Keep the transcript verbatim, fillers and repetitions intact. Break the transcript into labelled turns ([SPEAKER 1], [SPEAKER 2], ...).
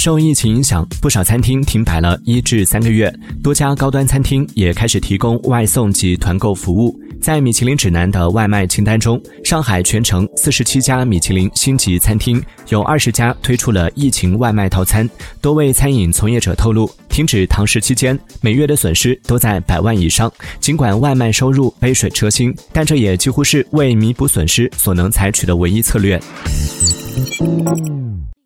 [SPEAKER 1] 受疫情影响，不少餐厅停摆了一至三个月，多家高端餐厅也开始提供外送及团购服务。在米其林指南的外卖清单中，上海全城四十七家米其林星级餐厅有二十家推出了疫情外卖套餐。多位餐饮从业者透露，停止堂食期间，每月的损失都在百万以上。尽管外卖收入杯水车薪，但这也几乎是为弥补损失所能采取的唯一策略。